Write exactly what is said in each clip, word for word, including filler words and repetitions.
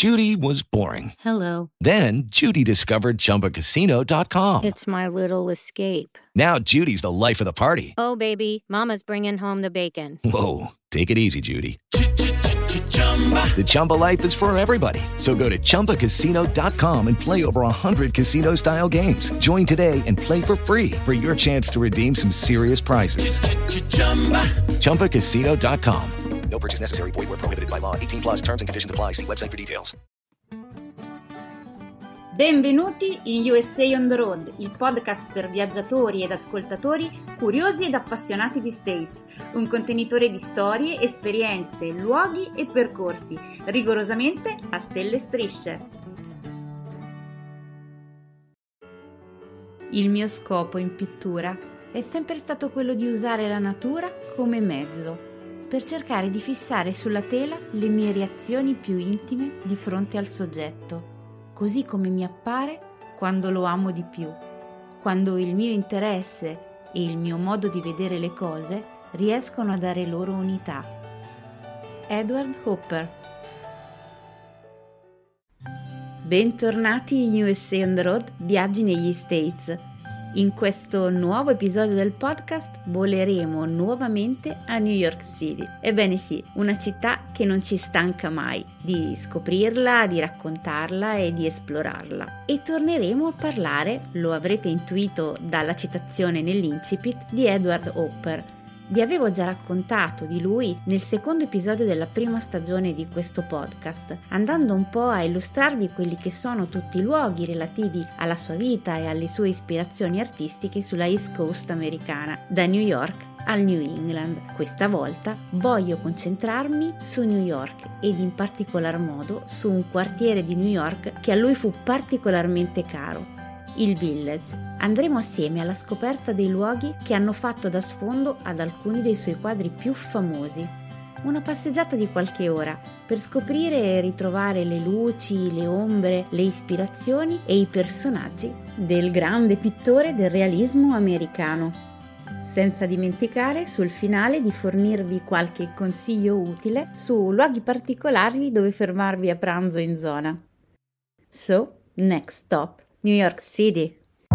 Judy was boring. Hello. Then Judy discovered Chumba Casino dot com. It's my little escape. Now Judy's the life of the party. Oh, baby, mama's bringing home the bacon. Whoa, take it easy, Judy. The Chumba life is for everybody. So go to Chumba Casino dot com and play over one hundred casino-style games. Join today and play for free for your chance to redeem some serious prizes. Chumba Casino dot com. No purchase necessary. Void where prohibited by law. eighteen plus terms and conditions apply. See website for details. Benvenuti in U S A on the Road, il podcast per viaggiatori ed ascoltatori curiosi ed appassionati di States. Un contenitore di storie, esperienze, luoghi e percorsi, rigorosamente a stelle e strisce. Il mio scopo in pittura è sempre stato quello di usare la natura come mezzo per cercare di fissare sulla tela le mie reazioni più intime di fronte al soggetto, così come mi appare quando lo amo di più, quando il mio interesse e il mio modo di vedere le cose riescono a dare loro unità. Edward Hopper. Bentornati in U S A on the Road, viaggi negli States. In questo nuovo episodio del podcast voleremo nuovamente a New York City. Ebbene sì, una città che non ci stanca mai di scoprirla, di raccontarla e di esplorarla. E torneremo a parlare, lo avrete intuito dalla citazione nell'incipit, di Edward Hopper. Vi avevo già raccontato di lui nel secondo episodio della prima stagione di questo podcast, andando un po' a illustrarvi quelli che sono tutti i luoghi relativi alla sua vita e alle sue ispirazioni artistiche sulla East Coast americana, da New York al New England. Questa volta voglio concentrarmi su New York ed in particolar modo su un quartiere di New York che a lui fu particolarmente caro, il Village. Andremo assieme alla scoperta dei luoghi che hanno fatto da sfondo ad alcuni dei suoi quadri più famosi. Una passeggiata di qualche ora per scoprire e ritrovare le luci, le ombre, le ispirazioni e i personaggi del grande pittore del realismo americano. Senza dimenticare sul finale di fornirvi qualche consiglio utile su luoghi particolari dove fermarvi a pranzo in zona. So, next stop, New York City.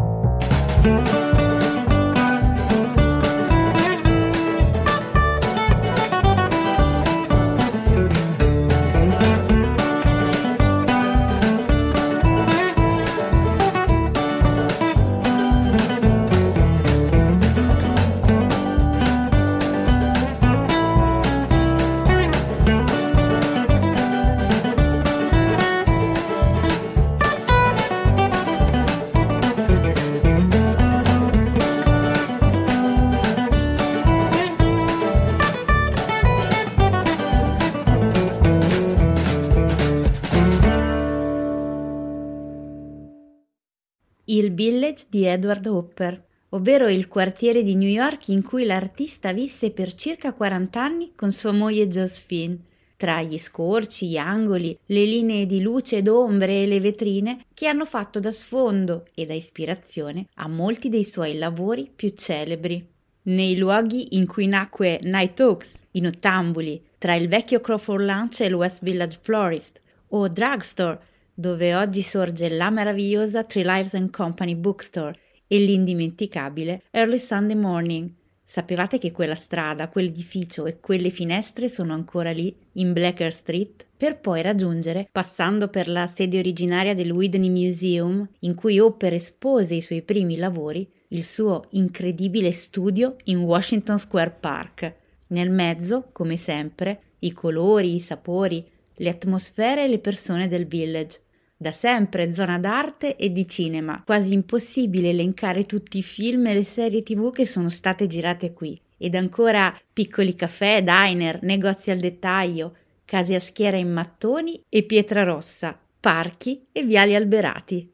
Il Village di Edward Hopper, ovvero il quartiere di New York in cui l'artista visse per circa quaranta anni con sua moglie Josephine, tra gli scorci, gli angoli, le linee di luce ed ombre e le vetrine che hanno fatto da sfondo e da ispirazione a molti dei suoi lavori più celebri. Nei luoghi in cui nacque Night Oaks, i Nottambuli, tra il vecchio Crawford Lounge e il West Village Florist, o Drugstore, dove oggi sorge la meravigliosa Three Lives and Company Bookstore e l'indimenticabile Early Sunday Morning. Sapevate che quella strada, quell'edificio e quelle finestre sono ancora lì, in Bleecker Street, per poi raggiungere, passando per la sede originaria del Whitney Museum, in cui Hopper espose i suoi primi lavori, il suo incredibile studio in Washington Square Park. Nel mezzo, come sempre, i colori, i sapori, le atmosfere e le persone del Village. Da sempre zona d'arte e di cinema, quasi impossibile elencare tutti i film e le serie tv che sono state girate qui, ed ancora piccoli caffè, diner, negozi al dettaglio, case a schiera in mattoni e pietra rossa, parchi e viali alberati.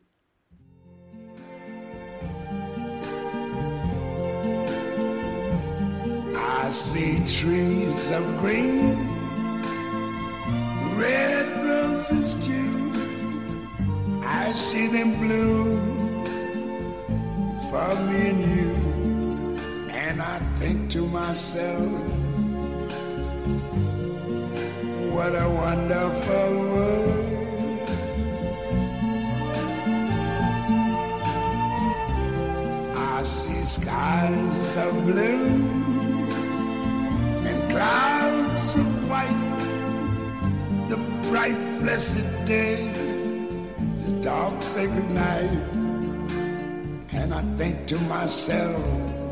I see trees of green, red roses too. I see them bloom for me and you, and I think to myself, what a wonderful world. I see skies of blue and clouds of white, the bright blessed day, the dark sacred night, and I think to myself,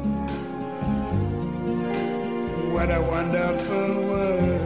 what a wonderful world.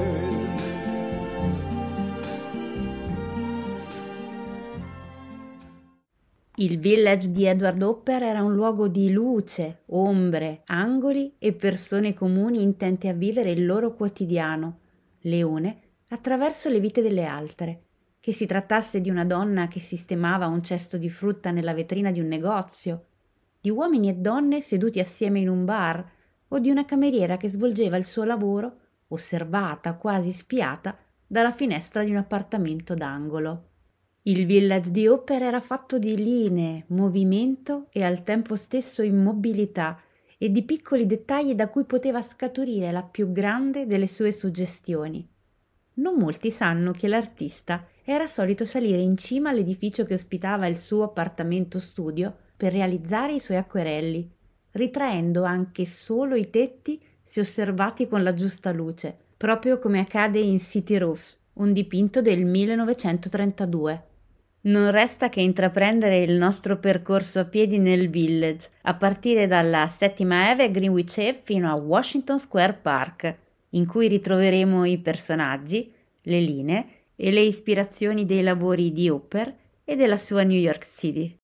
Il village di Edward Hopper era un luogo di luce, ombre, angoli e persone comuni intente a vivere il loro quotidiano, le une attraverso le vite delle altre. Che si trattasse di una donna che sistemava un cesto di frutta nella vetrina di un negozio, di uomini e donne seduti assieme in un bar, o di una cameriera che svolgeva il suo lavoro, osservata, quasi spiata, dalla finestra di un appartamento d'angolo. Il village di Hopper era fatto di linee, movimento e al tempo stesso immobilità e di piccoli dettagli da cui poteva scaturire la più grande delle sue suggestioni. Non molti sanno che l'artista era solito salire in cima all'edificio che ospitava il suo appartamento studio per realizzare i suoi acquerelli, ritraendo anche solo i tetti se osservati con la giusta luce, proprio come accade in City Roofs, un dipinto del millenovecentotrentadue. Non resta che intraprendere il nostro percorso a piedi nel village, a partire dalla Settima Ave e Greenwich Ave fino a Washington Square Park, in cui ritroveremo i personaggi, le linee e le ispirazioni dei lavori di Hopper e della sua New York City.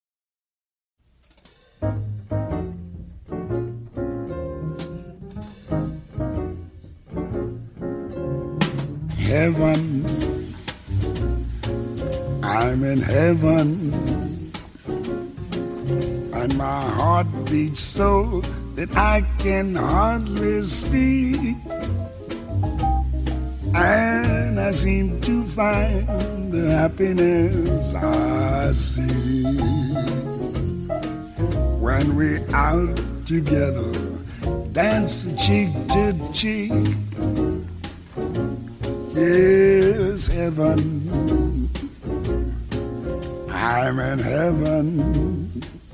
Heaven, I'm in heaven, and my heart beats so that I can hardly speak, and I seem to find the happiness I see when we're out together, dancing cheek to cheek. Yes, heaven, I'm in heaven,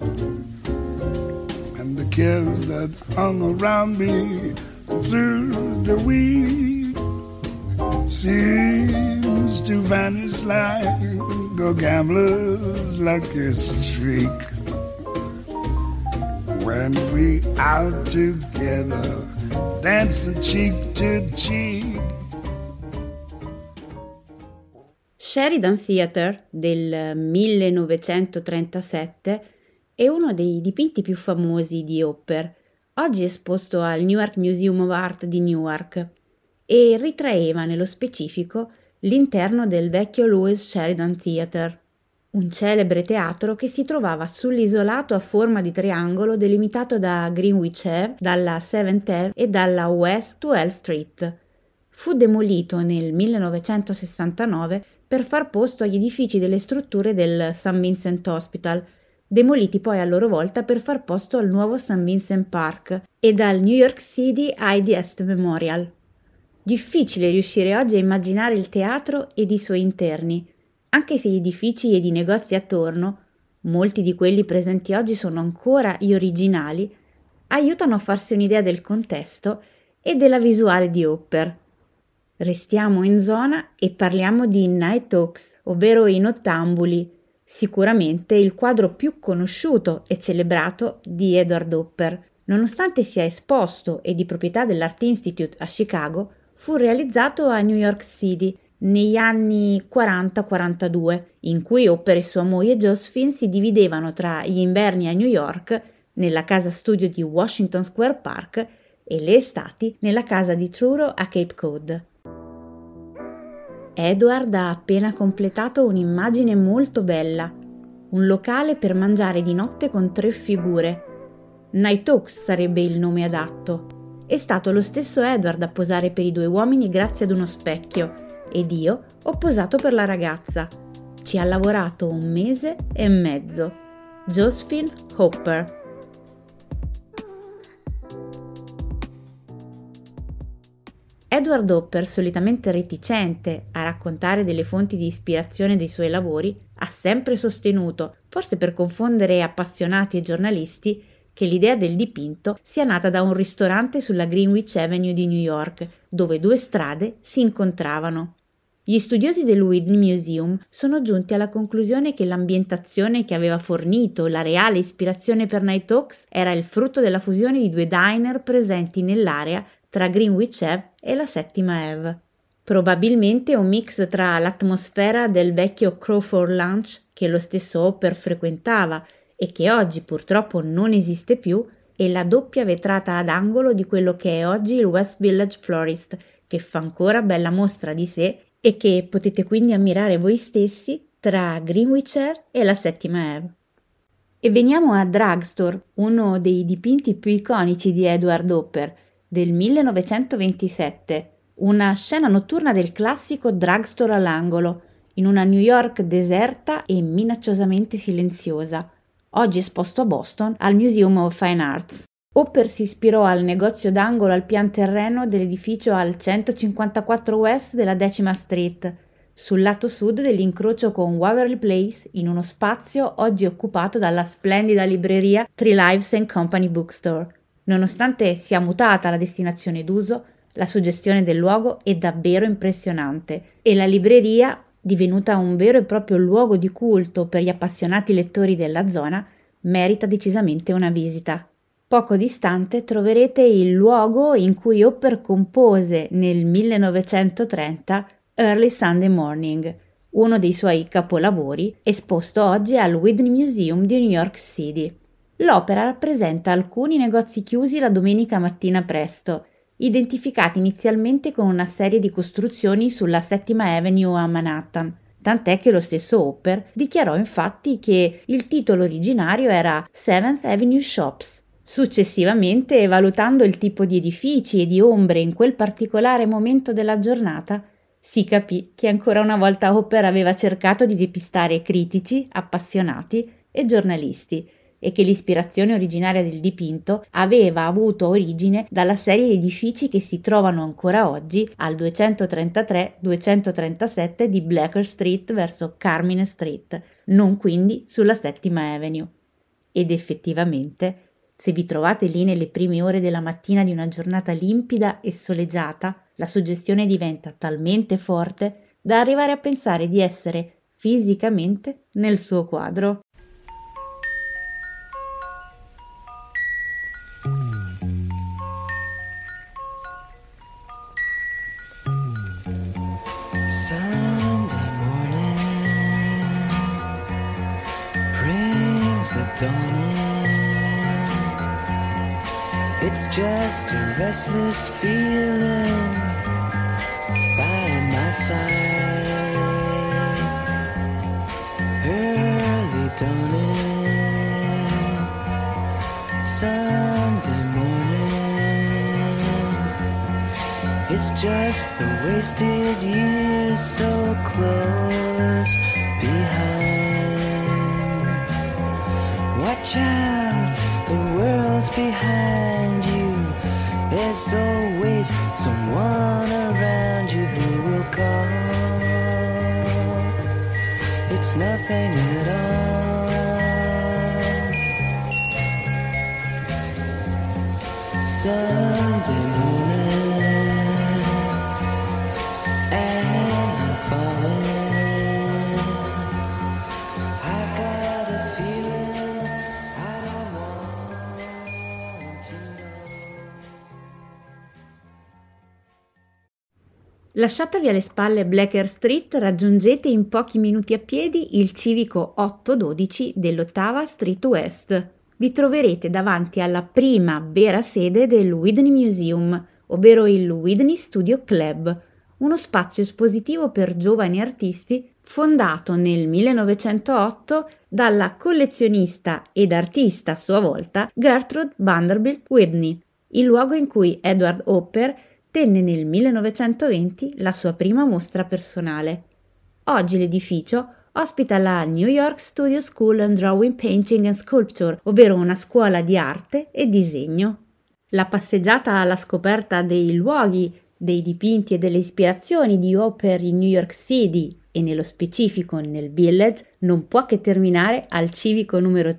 and the cares that hung around me through the week seems to vanish like a gambler's lucky streak. When we out together, dancing cheek to cheek. Sheridan Theatre del millenovecentotrentasette è uno dei dipinti più famosi di Hopper, oggi esposto al Newark Museum of Art di Newark, e ritraeva nello specifico l'interno del vecchio Louis Sheridan Theatre, un celebre teatro che si trovava sull'isolato a forma di triangolo delimitato da Greenwich Ave, dalla Seventh Ave e dalla West twelfth Street. Fu demolito nel millenovecentosessantanove per far posto agli edifici delle strutture del Saint Vincent Hospital, demoliti poi a loro volta per far posto al nuovo Saint Vincent Park e dal New York City I D S Memorial. Difficile riuscire oggi a immaginare il teatro ed i suoi interni, anche se gli edifici ed i negozi attorno, molti di quelli presenti oggi sono ancora gli originali, aiutano a farsi un'idea del contesto e della visuale di Hopper. Restiamo in zona e parliamo di Night Hawks, ovvero i Nottambuli, sicuramente il quadro più conosciuto e celebrato di Edward Hopper. Nonostante sia esposto e di proprietà dell'Art Institute a Chicago, fu realizzato a New York City negli anni quaranta quarantadue, in cui Hopper e sua moglie Josephine si dividevano tra gli inverni a New York, nella casa studio di Washington Square Park, e le estati nella casa di Truro a Cape Cod. Edward ha appena completato un'immagine molto bella, un locale per mangiare di notte con tre figure. Night Hawks sarebbe il nome adatto. È stato lo stesso Edward a posare per i due uomini grazie ad uno specchio, ed io ho posato per la ragazza. Ci ha lavorato un mese e mezzo. Josephine Hopper. Edward Hopper, solitamente reticente a raccontare delle fonti di ispirazione dei suoi lavori, ha sempre sostenuto, forse per confondere appassionati e giornalisti, che l'idea del dipinto sia nata da un ristorante sulla Greenwich Avenue di New York, dove due strade si incontravano. Gli studiosi del Whitney Museum sono giunti alla conclusione che l'ambientazione che aveva fornito la reale ispirazione per Nighthawks era il frutto della fusione di due diner presenti nell'area tra Greenwich Ave e la Settima Ave. Probabilmente un mix tra l'atmosfera del vecchio Crawford Lounge che lo stesso Hopper frequentava e che oggi purtroppo non esiste più, e la doppia vetrata ad angolo di quello che è oggi il West Village Florist, che fa ancora bella mostra di sé e che potete quindi ammirare voi stessi tra Greenwich Ave e la Settima Ave. E veniamo a Drugstore, uno dei dipinti più iconici di Edward Hopper, del millenovecentoventisette, una scena notturna del classico drugstore all'angolo, in una New York deserta e minacciosamente silenziosa, oggi esposto a Boston al Museum of Fine Arts. Hopper si ispirò al negozio d'angolo al pian terreno dell'edificio al centocinquantaquattro West della Decima Street, sul lato sud dell'incrocio con Waverly Place, in uno spazio oggi occupato dalla splendida libreria Three Lives and Company Bookstore. Nonostante sia mutata la destinazione d'uso, la suggestione del luogo è davvero impressionante e la libreria, divenuta un vero e proprio luogo di culto per gli appassionati lettori della zona, merita decisamente una visita. Poco distante troverete il luogo in cui Hopper compose nel millenovecentotrenta Early Sunday Morning, uno dei suoi capolavori, esposto oggi al Whitney Museum di New York City. L'opera rappresenta alcuni negozi chiusi la domenica mattina presto, identificati inizialmente con una serie di costruzioni sulla Settima Avenue a Manhattan, tant'è che lo stesso Hopper dichiarò infatti che il titolo originario era Seventh Avenue Shops. Successivamente, valutando il tipo di edifici e di ombre in quel particolare momento della giornata, si capì che ancora una volta Hopper aveva cercato di depistare critici, appassionati e giornalisti, e che l'ispirazione originaria del dipinto aveva avuto origine dalla serie di edifici che si trovano ancora oggi al duecentotrentatré duecentotrentasette di Bleecker Street verso Carmine Street, non quindi sulla Settima Avenue. Ed effettivamente, se vi trovate lì nelle prime ore della mattina di una giornata limpida e soleggiata, la suggestione diventa talmente forte da arrivare a pensare di essere fisicamente nel suo quadro. Sunday morning brings the dawn in. It's just a restless feeling by my side. Early dawning, Sunday morning. It's just the wasted years so close behind. Watch out, the world's behind you. There's always someone around you who will call. It's nothing at all. Sunday morning, and I'm falling. I've got a feeling I don't want to know. Lasciatevi alle spalle Bleecker Street, raggiungete in pochi minuti a piedi il civico otto dodici dell'ottava Street West. Vi troverete davanti alla prima vera sede del Whitney Museum, ovvero il Whitney Studio Club, uno spazio espositivo per giovani artisti fondato nel millenovecentootto dalla collezionista ed artista a sua volta Gertrude Vanderbilt Whitney, il luogo in cui Edward Hopper tenne nel millenovecentoventi la sua prima mostra personale. Oggi l'edificio ospita la New York Studio School and Drawing, Painting and Sculpture, ovvero una scuola di arte e disegno. La passeggiata alla scoperta dei luoghi, dei dipinti e delle ispirazioni di Hopper in New York City e nello specifico nel Village non può che terminare al civico numero tre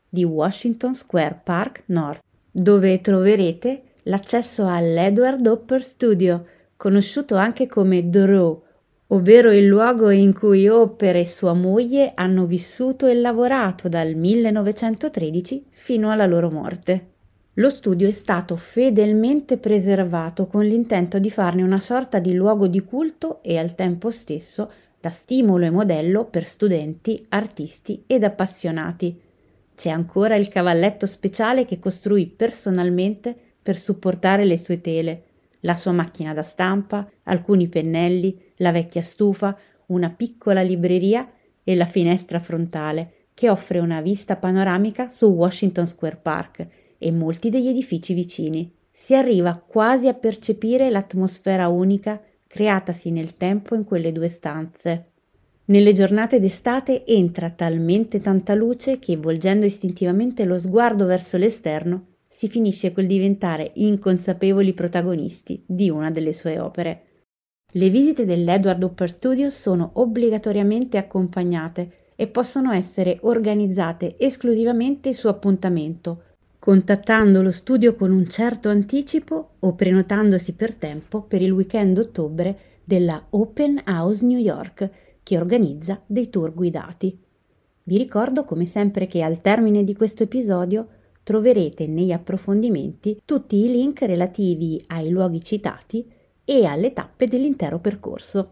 di Washington Square Park North, dove troverete l'accesso all'Edward Hopper Studio, conosciuto anche come The Row, ovvero il luogo in cui Hopper e sua moglie hanno vissuto e lavorato dal millenovecentotredici fino alla loro morte. Lo studio è stato fedelmente preservato con l'intento di farne una sorta di luogo di culto e al tempo stesso da stimolo e modello per studenti, artisti ed appassionati. C'è ancora il cavalletto speciale che costruì personalmente per supportare le sue tele, la sua macchina da stampa, alcuni pennelli, la vecchia stufa, una piccola libreria e la finestra frontale che offre una vista panoramica su Washington Square Park e molti degli edifici vicini. Si arriva quasi a percepire l'atmosfera unica creatasi nel tempo in quelle due stanze. Nelle giornate d'estate entra talmente tanta luce che, volgendo istintivamente lo sguardo verso l'esterno, si finisce col diventare inconsapevoli protagonisti di una delle sue opere. Le visite dell'Edward Hopper Studio sono obbligatoriamente accompagnate e possono essere organizzate esclusivamente su appuntamento, contattando lo studio con un certo anticipo o prenotandosi per tempo per il weekend d'ottobre della Open House New York, che organizza dei tour guidati. Vi ricordo come sempre che al termine di questo episodio troverete negli approfondimenti tutti i link relativi ai luoghi citati e alle tappe dell'intero percorso.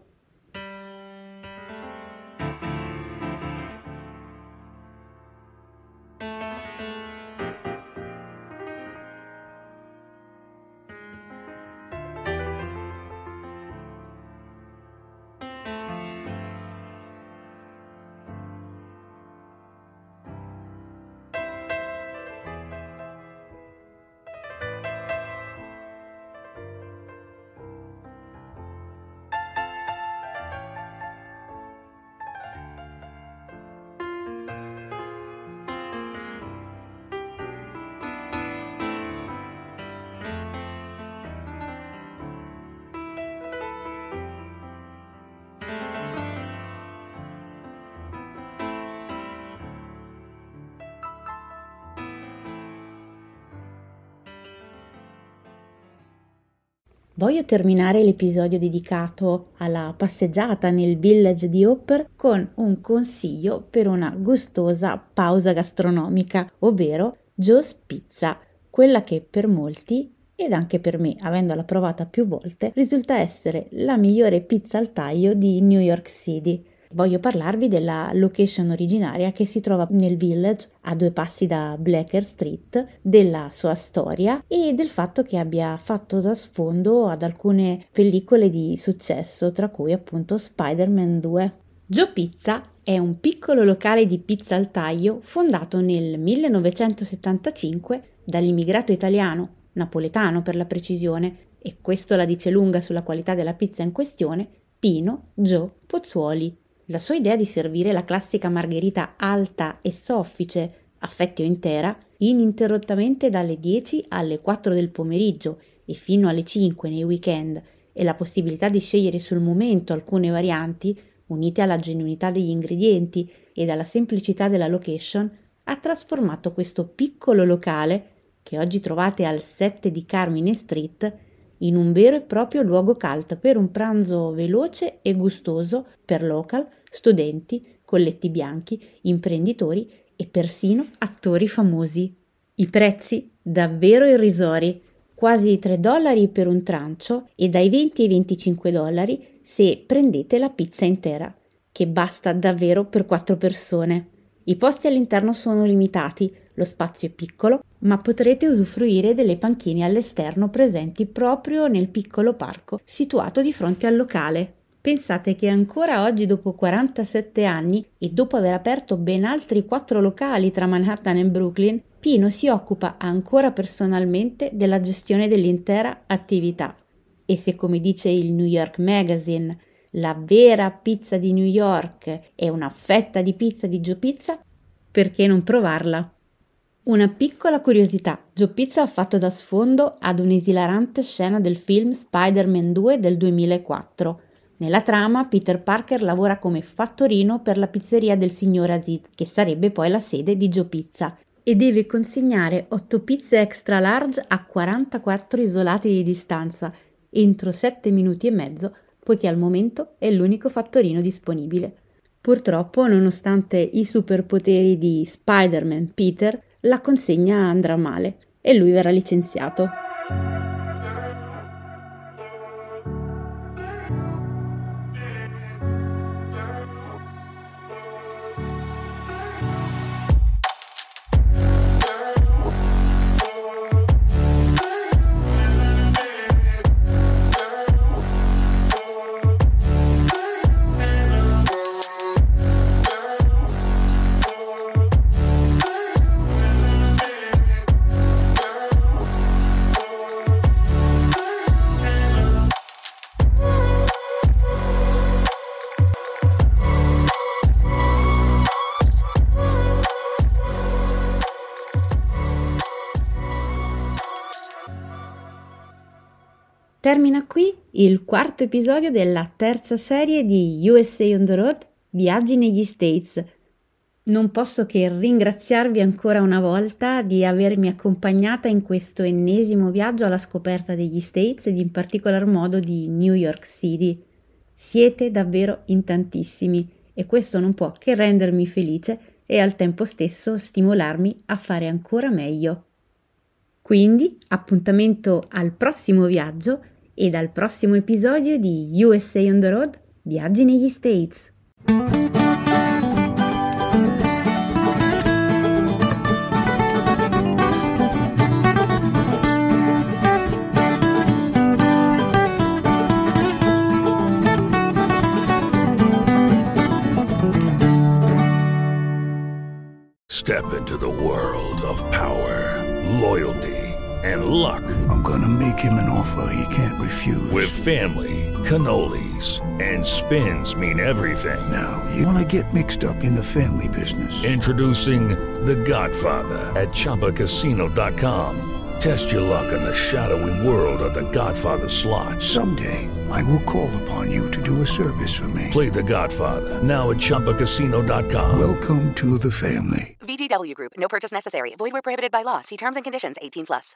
Voglio terminare l'episodio dedicato alla passeggiata nel village di Hopper con un consiglio per una gustosa pausa gastronomica, ovvero Joe's Pizza, quella che per molti, ed anche per me, avendola provata più volte, risulta essere la migliore pizza al taglio di New York City. Voglio parlarvi della location originaria che si trova nel village a due passi da Bleecker Street, della sua storia e del fatto che abbia fatto da sfondo ad alcune pellicole di successo, tra cui appunto Spider-Man due. Joe Pizza è un piccolo locale di pizza al taglio fondato nel millenovecentosettantacinque dall'immigrato italiano, napoletano per la precisione, e questo la dice lunga sulla qualità della pizza in questione, Pino Joe Pozzuoli. La sua idea di servire la classica margherita alta e soffice, a fette o intera, ininterrottamente dalle dieci alle quattro del pomeriggio e fino alle cinque nei weekend, e la possibilità di scegliere sul momento alcune varianti, unite alla genuinità degli ingredienti e alla semplicità della location, ha trasformato questo piccolo locale, che oggi trovate al sette di Carmine Street, in un vero e proprio luogo cult per un pranzo veloce e gustoso per local, studenti, colletti bianchi, imprenditori e persino attori famosi. I prezzi davvero irrisori, quasi tre dollari per un trancio e dai venti ai venticinque dollari se prendete la pizza intera, che basta davvero per quattro persone. I posti all'interno sono limitati, lo spazio è piccolo, ma potrete usufruire delle panchine all'esterno presenti proprio nel piccolo parco situato di fronte al locale. Pensate che ancora oggi, dopo quarantasette anni e dopo aver aperto ben altri quattro locali tra Manhattan e Brooklyn, Pino si occupa ancora personalmente della gestione dell'intera attività. E se, come dice il New York Magazine, la vera pizza di New York è una fetta di pizza di Joe Pizza, perché non provarla? Una piccola curiosità: Joe Pizza ha fatto da sfondo ad un'esilarante scena del film Spider-Man due del duemilaquattro. Nella trama, Peter Parker lavora come fattorino per la pizzeria del signor Aziz, che sarebbe poi la sede di Joe Pizza. e deve consegnare otto pizze extra large a quarantaquattro isolati di distanza entro sette minuti e mezzo, poiché al momento è l'unico fattorino disponibile. Purtroppo, nonostante i superpoteri di Spider-Man Peter, la consegna andrà male e lui verrà licenziato. Termina qui il quarto episodio della terza serie di U S A on the Road, Viaggi negli States. Non posso che ringraziarvi ancora una volta di avermi accompagnata in questo ennesimo viaggio alla scoperta degli States ed in particolar modo di New York City. Siete davvero in tantissimi e questo non può che rendermi felice e al tempo stesso stimolarmi a fare ancora meglio. Quindi, appuntamento al prossimo viaggio e dal prossimo episodio di U S A on the Road, Viaggi negli States. Step into the world of power, loyalty, and luck. I'm gonna make him an offer he can't refuse. With family, cannolis, and spins mean everything. Now, you wanna get mixed up in the family business. Introducing The Godfather at Chumba Casino dot com. Test your luck in the shadowy world of The Godfather slot. Someday, I will call upon you to do a service for me. Play The Godfather, now at Chumba Casino dot com. Welcome to the family. V G W Group. No purchase necessary. Void where prohibited by law. See terms and conditions. eighteen plus.